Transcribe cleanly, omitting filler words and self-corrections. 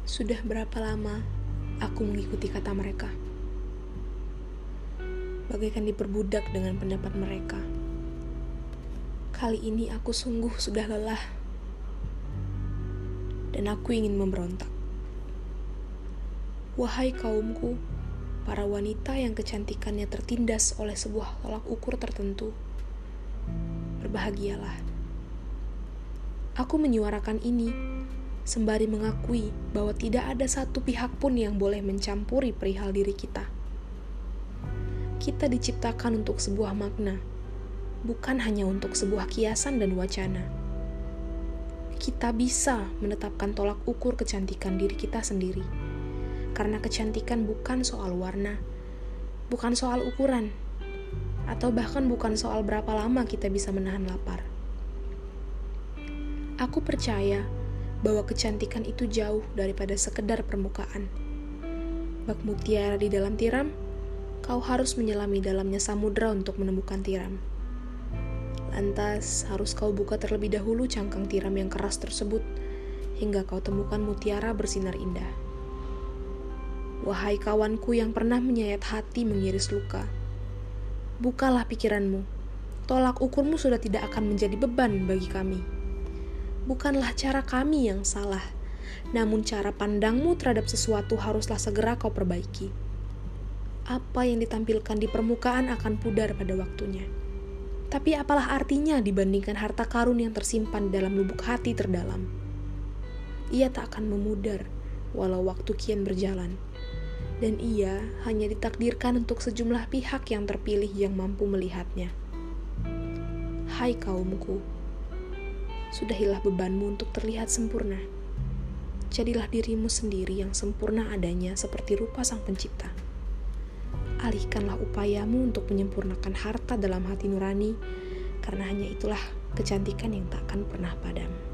Sudah berapa lama aku mengikuti kata mereka, bagaikan diperbudak dengan pendapat mereka. Kali ini aku sungguh sudah lelah, dan aku ingin memberontak. Wahai kaumku, para wanita yang kecantikannya tertindas oleh sebuah tolak ukur tertentu, berbahagialah. Aku menyuarakan ini sembari mengakui bahwa tidak ada satu pihak pun yang boleh mencampuri perihal diri kita. Kita diciptakan untuk sebuah makna, bukan hanya untuk sebuah kiasan dan wacana. Kita bisa menetapkan tolak ukur kecantikan diri kita sendiri, karena kecantikan bukan soal warna, bukan soal ukuran, atau bahkan bukan soal berapa lama kita bisa menahan lapar. Aku percaya bahwa kecantikan itu jauh daripada sekedar permukaan. Bak mutiara di dalam tiram, kau harus menyelami dalamnya samudera untuk menemukan tiram. Lantas, harus kau buka terlebih dahulu cangkang tiram yang keras tersebut, hingga kau temukan mutiara bersinar indah. Wahai kawanku yang pernah menyayat hati mengiris luka, bukalah pikiranmu. Tolak ukurmu sudah tidak akan menjadi beban bagi kami. Bukanlah cara kami yang salah, namun cara pandangmu terhadap sesuatu haruslah segera kau perbaiki. Apa yang ditampilkan di permukaan akan pudar pada waktunya. Tapi apalah artinya dibandingkan harta karun yang tersimpan dalam lubuk hati terdalam? Ia tak akan memudar, walau waktu kian berjalan. Dan ia hanya ditakdirkan untuk sejumlah pihak yang terpilih yang mampu melihatnya. Hai kaumku, sudahilah bebanmu untuk terlihat sempurna. Jadilah dirimu sendiri yang sempurna adanya seperti rupa Sang Pencipta. Alihkanlah upayamu untuk menyempurnakan harta dalam hati nurani, karena hanya itulah kecantikan yang tak akan pernah padam.